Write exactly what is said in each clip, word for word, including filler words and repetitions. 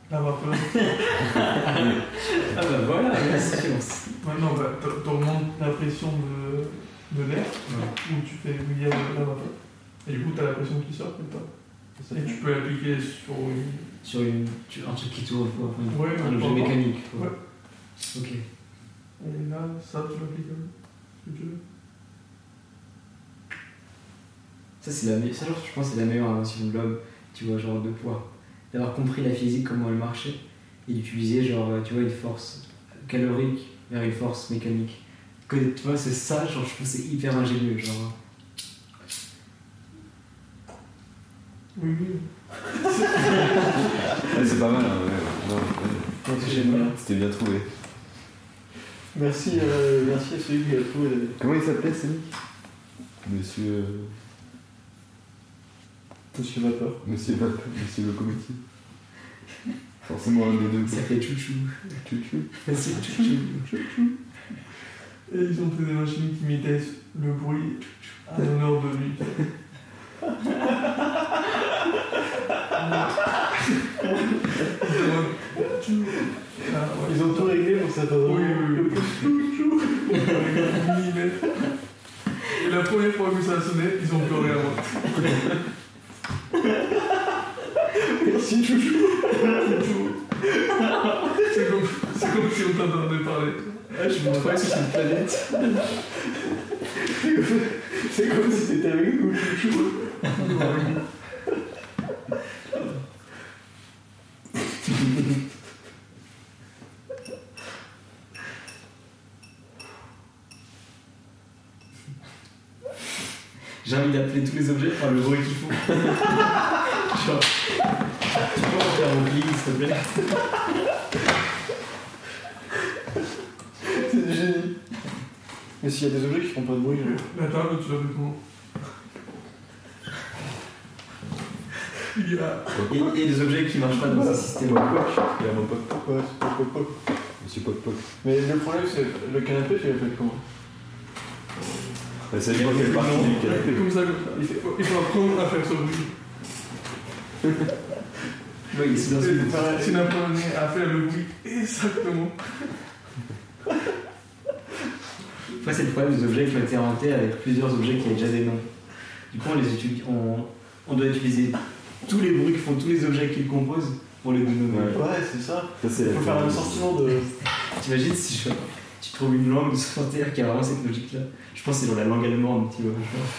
La vapeur. Ah bah voilà, la science. Maintenant, bah, t'augmentes la pression de, de l'air, Ouais. où tu fais bouillir la vapeur. Et du coup, t'as la pression qui sort, et pas. Et tu peux l'appliquer sur une. Sur une, tu- un truc qui tourne, quoi. Enfin, Ouais, un ouais, objet ouais. mécanique. Quoi. Ouais. Ok. Et là, ça, tu l'appliques comme ce que tu veux. Ça, c'est la, me- ça, genre, je pense que c'est la meilleure invention de l'homme, tu vois, genre de pouvoir. D'avoir compris la physique, comment elle marchait, et d'utiliser, genre, tu vois, une force calorique vers une force mécanique. Que, tu vois, c'est ça, genre, je trouve que c'est hyper ingénieux, genre. Oui, oui. Ouais, c'est pas mal, hein, ouais. Non, ouais. Donc, j'aime bien. C'était bien trouvé. Merci, euh, merci à celui qui a trouvé la... Comment il s'appelait, Sonic? Monsieur. euh, Monsieur Vapeur. Monsieur Vapeur, Monsieur Locomotive. Forcément un des deux. Ça fait chouchou. Chouchou. C'est chouchou. Et ils ont fait des machines qui imitaient le bruit à l'honneur de lui. Ils ont tout réglé pour que ça fasse Oui, oui, oui. Millimètre. Et la première fois que ça a sonné, ils ont pleuré à moi. Merci, chouchou. C'est comme, c'est comme si on t'entendait parler. Ah, je me crois sur cette planète. C'est comme si t'étais avec nous, chouchou. J'ai envie d'appeler tous les objets par le bruit qu'ils font. Genre, tu peux en faire un oubli, s'il te plaît. C'est du génie. Mais s'il y a des objets qui font pas de bruit, je... La table, tu l'as fait comment? Il y a. Et, et des objets qui marchent pas dans ce système. Il y a mon pote. Ouais, c'est pas poc poc. Monsieur Poc Poc. Mais le problème, c'est le canapé, tu l'as fait comment? Bah, ça dépend quelle partie du canapé. Comme ça, comme ça. Il faut, il faut apprendre à faire ce bruit. Oui, c'est dans Et une. Tu n'apprends à faire le bruit exactement. Après, c'est le problème des objets qui ont été inventés avec plusieurs objets qui avaient déjà des noms. Du coup, on, les utilise, on, on doit utiliser tous les bruits que font tous les objets qui le composent pour les nommer. Ouais. Ouais, c'est ça. Ça, c'est Il faut faire un sentiment de... T'imagines si je, tu trouves une langue sur Terre qui a vraiment cette logique-là? Je pense que c'est genre la langue allemande, tu vois.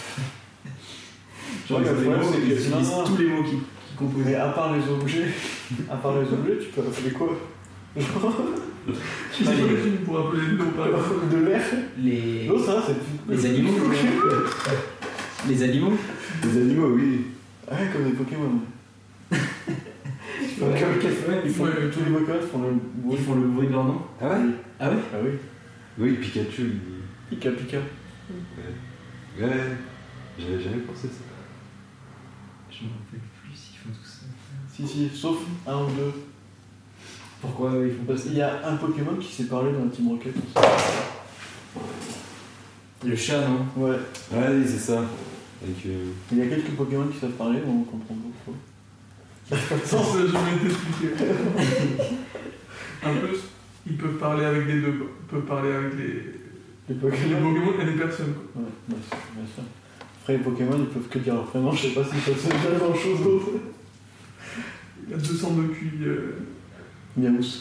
Genre, Ouais, ils, ont le des problème, mots, c'est que- ils utilisent non, non. tous les mots qui, qui composent. Mais à part les objets, à part les objets, tu peux appeler quoi? Genre... Tu t'imagines pour appeler le nom par exemple. De l'air? Les, Non, ça, c'est... les animaux. Les animaux. Les animaux, oui. Ouais, comme les Pokémon. Ouais, Comme- ouais, Ils font, Ouais, tous les Pokémon font le Ils bruit. font le bruit de leur nom. Ah ouais? Ah ouais? Ah oui. Oui, Pikachu, il. Pika Pika. Ouais, j'avais jamais pensé ça. Je me rappelle plus s'ils font tout ça. Si, si, sauf un ou deux. Pourquoi eux, ils font pas Parce ça? qu'il y a un Pokémon qui s'est parlé dans la Team Rocket aussi. Le chat, non? Ouais. Ouais, oui, c'est ça. Avec, euh... Il y a quelques Pokémon qui savent parler, mais on comprend pas pourquoi. Sans ça, je vais t'expliquer. En plus, ils peuvent parler avec les deux, quoi. Ils peuvent parler avec les, Les les Pokémon. Pokémon et les personnes, quoi. Ouais, bien sûr, bien sûr. Après, les Pokémon, ils peuvent que dire leur prénom, je sais pas s'ils peuvent se dire grand chose d'autre. Il y a deux cents de Q I. Euh... Miaous.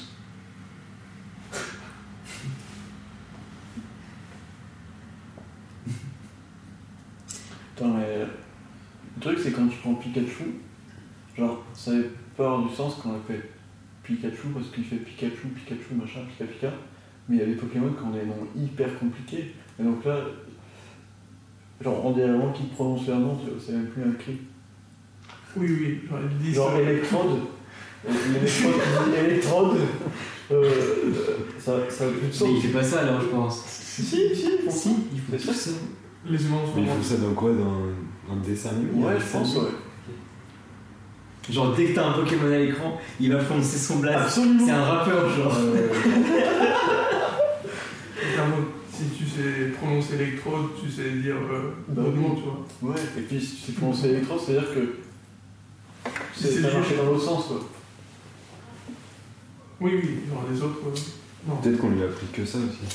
Attends, mais. Le truc, c'est quand tu prends Pikachu, genre, ça avait pas avoir du sens quand on appelle Pikachu parce qu'il fait Pikachu, Pikachu, machin, Pika Pika. Mais il y a des Pokémon qui ont des noms hyper compliqués. Et donc là, genre, on dirait vraiment qu'ils prononcent leur nom, tu vois, c'est même plus un cri. Oui, oui, genre, ils disent. Genre euh, Electrode, Electrode qui dit Electrode, euh, ça, ça a plus de sens. Mais il fait pas ça alors, je pense. Si, si, ils font ça. ils font C'est tout ça. ça. Les humains sont Mais ils morts. font ça dans quoi? Dans un dessin animé? Ouais, je pense, ouais. Genre, dès que t'as un Pokémon à l'écran, il va prononcer son blast. Absolument. C'est un rappeur, genre. Euh, Clairement, si tu sais prononcer électrode, tu sais dire euh, Bah d'autres oui. mots, tu vois. ouais, et puis si tu prononces Electrode, c'est-à-dire que C'est c'est ça lié. marché dans l'autre sens, quoi. Oui, oui, genre les autres. euh, Non. Peut-être qu'on lui a appris que ça aussi.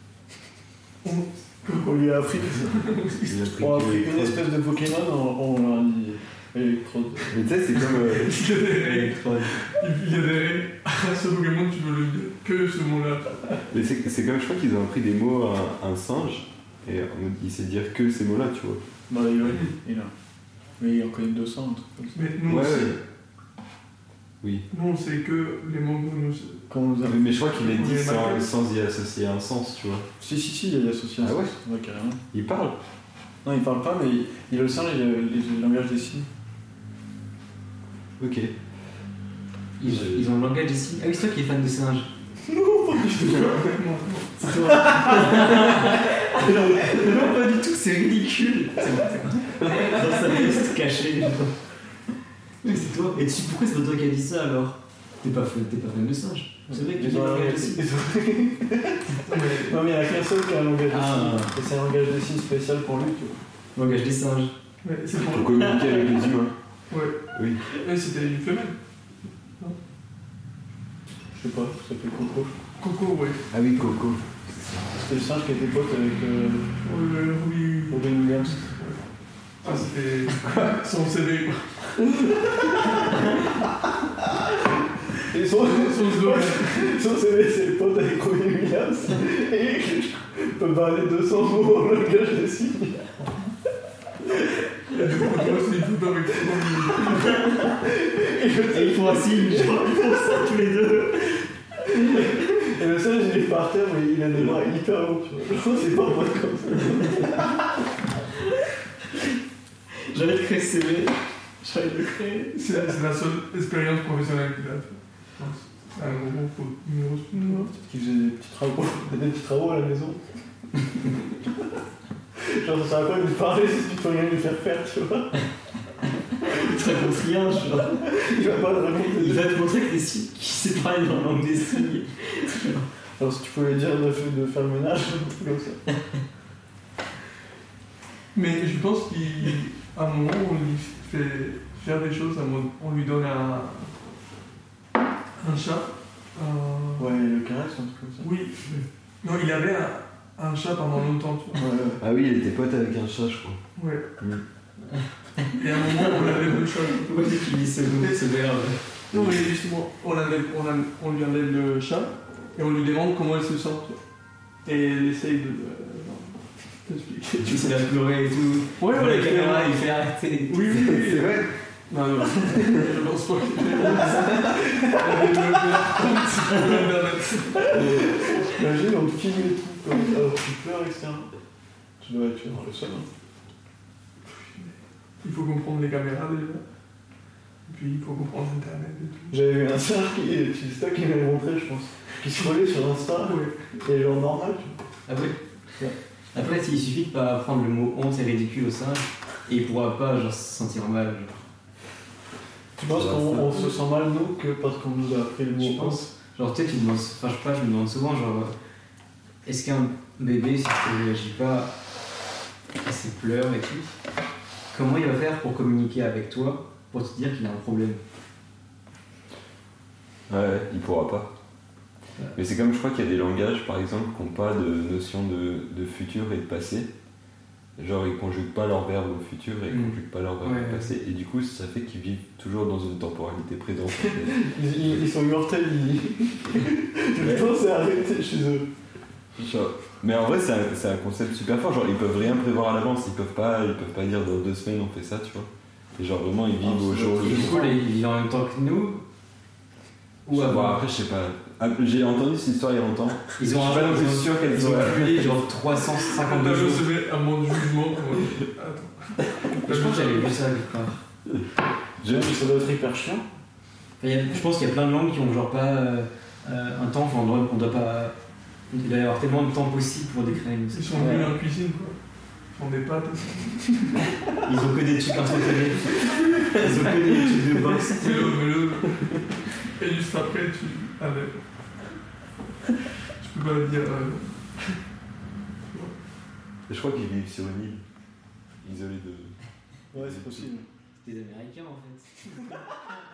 On lui a appris. Il lui a appris On a que pris une Electrode. espèce de Pokémon, on, on leur a dit électrode. Mais tu sais, c'est comme. euh, Il y a des règles. Électrode. Il y a des règles. À ce Pokémon, tu veux le dire que ce mot-là. Mais c'est c'est comme, je crois qu'ils ont appris des mots à un, un singe, et en mode, il sait dire que ces mots-là, tu vois. Bah, il, ouais, il a. Mais il en connaît deux cents, un truc comme ça. Mais nous Ouais, aussi. ouais. Oui. Nous, on sait que les mots que nous. Quand on nous a. Mais, mais je crois qu'il a On dit est sans, marqué. sans y associer un sens, tu vois. Si, si, si, il y a associé un Ah ouais sens. Ouais, carrément. Il parle. Non, il parle pas, mais il, il a le singe, il a le le langage des signes. Ok. Ils, ils ont le langage des signes. Ah oui, c'est toi qui es fan de singes. Non, C'est toi. Non, pas du tout, c'est ridicule. C'est bon, c'est bon. Dans sa veste cachée. Mais c'est toi. Et tu, pourquoi c'est pas toi qui as dit ça alors? T'es pas fan, t'es pas fan de singes. C'est vrai que tu Ils dis ont le un langage langage des des signes. signes. Non, mais il y en a qu'un seul qui a un langage des Ah. signes. Et c'est un langage des signes spécial pour lui, tu vois. Langage des singes. mais c'est Pour pour. communiquer avec les humains. Ouais. Oui. Mais c'était une femelle. Je sais pas, ça s'appelle Coco. Coco, ouais. Ah oui, Coco. C'était le singe qui était pote avec euh, Euh, oui. Robin Williams. Ah, c'était. Son C V, quoi. Et son, Son slogan. son C V, c'est pote avec Robin Williams. Et il peut parler deux cents mots en langage des signes. Il y a des photos, c'est une photo avec son nom. Et ils font un signe, genre, ils font ça tous les deux. Et le singe, il est par terre, mais il a des bras hyper longs, tu vois. Je crois que c'est pas moi comme ça. J'arrête de créer ce C V. J'arrête de le créer. C'est c'est la seule expérience professionnelle qu'il a fait. Je pense. C'est un gros gros numéro. Peut-être qu'il faisait des petits travaux, des petits travaux à la maison. Genre, ça sert à quoi de lui parler si tu peux rien lui faire faire, tu vois. Il te raconte rien, genre. Il va pas te raconter. Il va te montrer que des signes qui sait parler dans la langue des signes. Alors, si tu pouvais dire de, de faire le ménage, un truc comme ça. Mais je pense qu'à un moment, on lui fait faire des choses, à un moment, on lui donne un, un chat. un- Ouais, le caresse, un truc comme ça. Oui. Non, il avait un, un chat pendant longtemps, tu vois. Ouais, ouais. Ah oui, il était pote avec un chat, je crois. Ouais. Mm. Et à un moment, on avait le chat. Pourquoi tu utilises ce mot, ce verbe? Non, mais justement, on, enlève, on, enlève- on lui enlève le chat et on lui demande comment elle se sent. tu vois. Et elle essaye de. euh, genre, t'expliquer. Tu sais la pleurer et tout. Ouais, Pour ouais, la caméra, clairement. il fait arrêter. Oui, oui, oui. C'est vrai. Non, non, je pense pas qu'il fait ça. Elle est développée un petit peu d'internet. Imagine, on te filme et tout, comme ça, alors tu pleures, et cetera. Tu dois être dans le sol. Hein. Il faut comprendre les caméras déjà. Et puis il faut comprendre Internet et tout. J'avais vu un singe qui, c'est ça qui m'avait montré, je pense, qui se collait sur Insta, Ouais. et genre normal, tu Après, après il suffit de pas apprendre le mot honte et ridicule au singe et il pourra pas genre, se sentir mal. Genre. Tu penses Ouais, qu'on ça. on se sent mal, nous, que parce qu'on nous a appris le mot Je pense. Genre, tu sais, tu te demandes, enfin, je sais pas, je me demande souvent, genre, euh, est-ce qu'un bébé, si tu ne réagis pas à ses pleurs et tout, comment il va faire pour communiquer avec toi pour te dire qu'il a un problème? Ouais, il pourra pas. Ouais. Mais c'est comme, je crois qu'il y a des langages, par exemple, qui n'ont pas de notion de, de futur et de passé. Genre, ils conjuguent pas leur verbe au futur et ils Mm. conjuguent pas leur verbe Ouais. au passé. Et du coup, ça fait qu'ils vivent toujours dans une temporalité présente. en fait. Ils, ils- ils sont immortels, ils... le temps s'est arrêté chez eux. Genre- Mais en vrai, c'est un, c'est un concept super fort. Genre, ils peuvent rien prévoir à l'avance. Ils peuvent pas, ils peuvent pas dire dans deux semaines on fait ça, tu vois. Et genre, vraiment, ils vivent Ah, au c'est jour le Et du jour. coup, là, il vit en même temps que nous ou Bon, avant? après, je sais pas. Ah, j'ai entendu cette histoire il y a longtemps. Ils ont Je suis pas non plus ils ont- sûr qu'elles ils ont soient- cumulé genre trois cent cinquante-deux Quand je jours. recevais un mot de jugement, moi, je- attends. Je pense que j'avais vu ça quelque part. Je- Ça doit être hyper chiant. Enfin, il y a- je pense qu'il y a plein de langues qui ont genre pas euh, euh, un temps, enfin, on doit, on doit pas. Il doit y avoir tellement de temps possible pour décrire une Ils sont venus en cuisine, quoi. Ils font des pâtes. Ils ont que des trucs instantanés. Ils ont que des trucs de boss. C'est le, mais le. Et juste après, tu. Avec. Je peux pas dire. euh, Je crois qu'ils vivent sur une île, isolés de. Ouais, c'est possible. C'est des Américains en fait.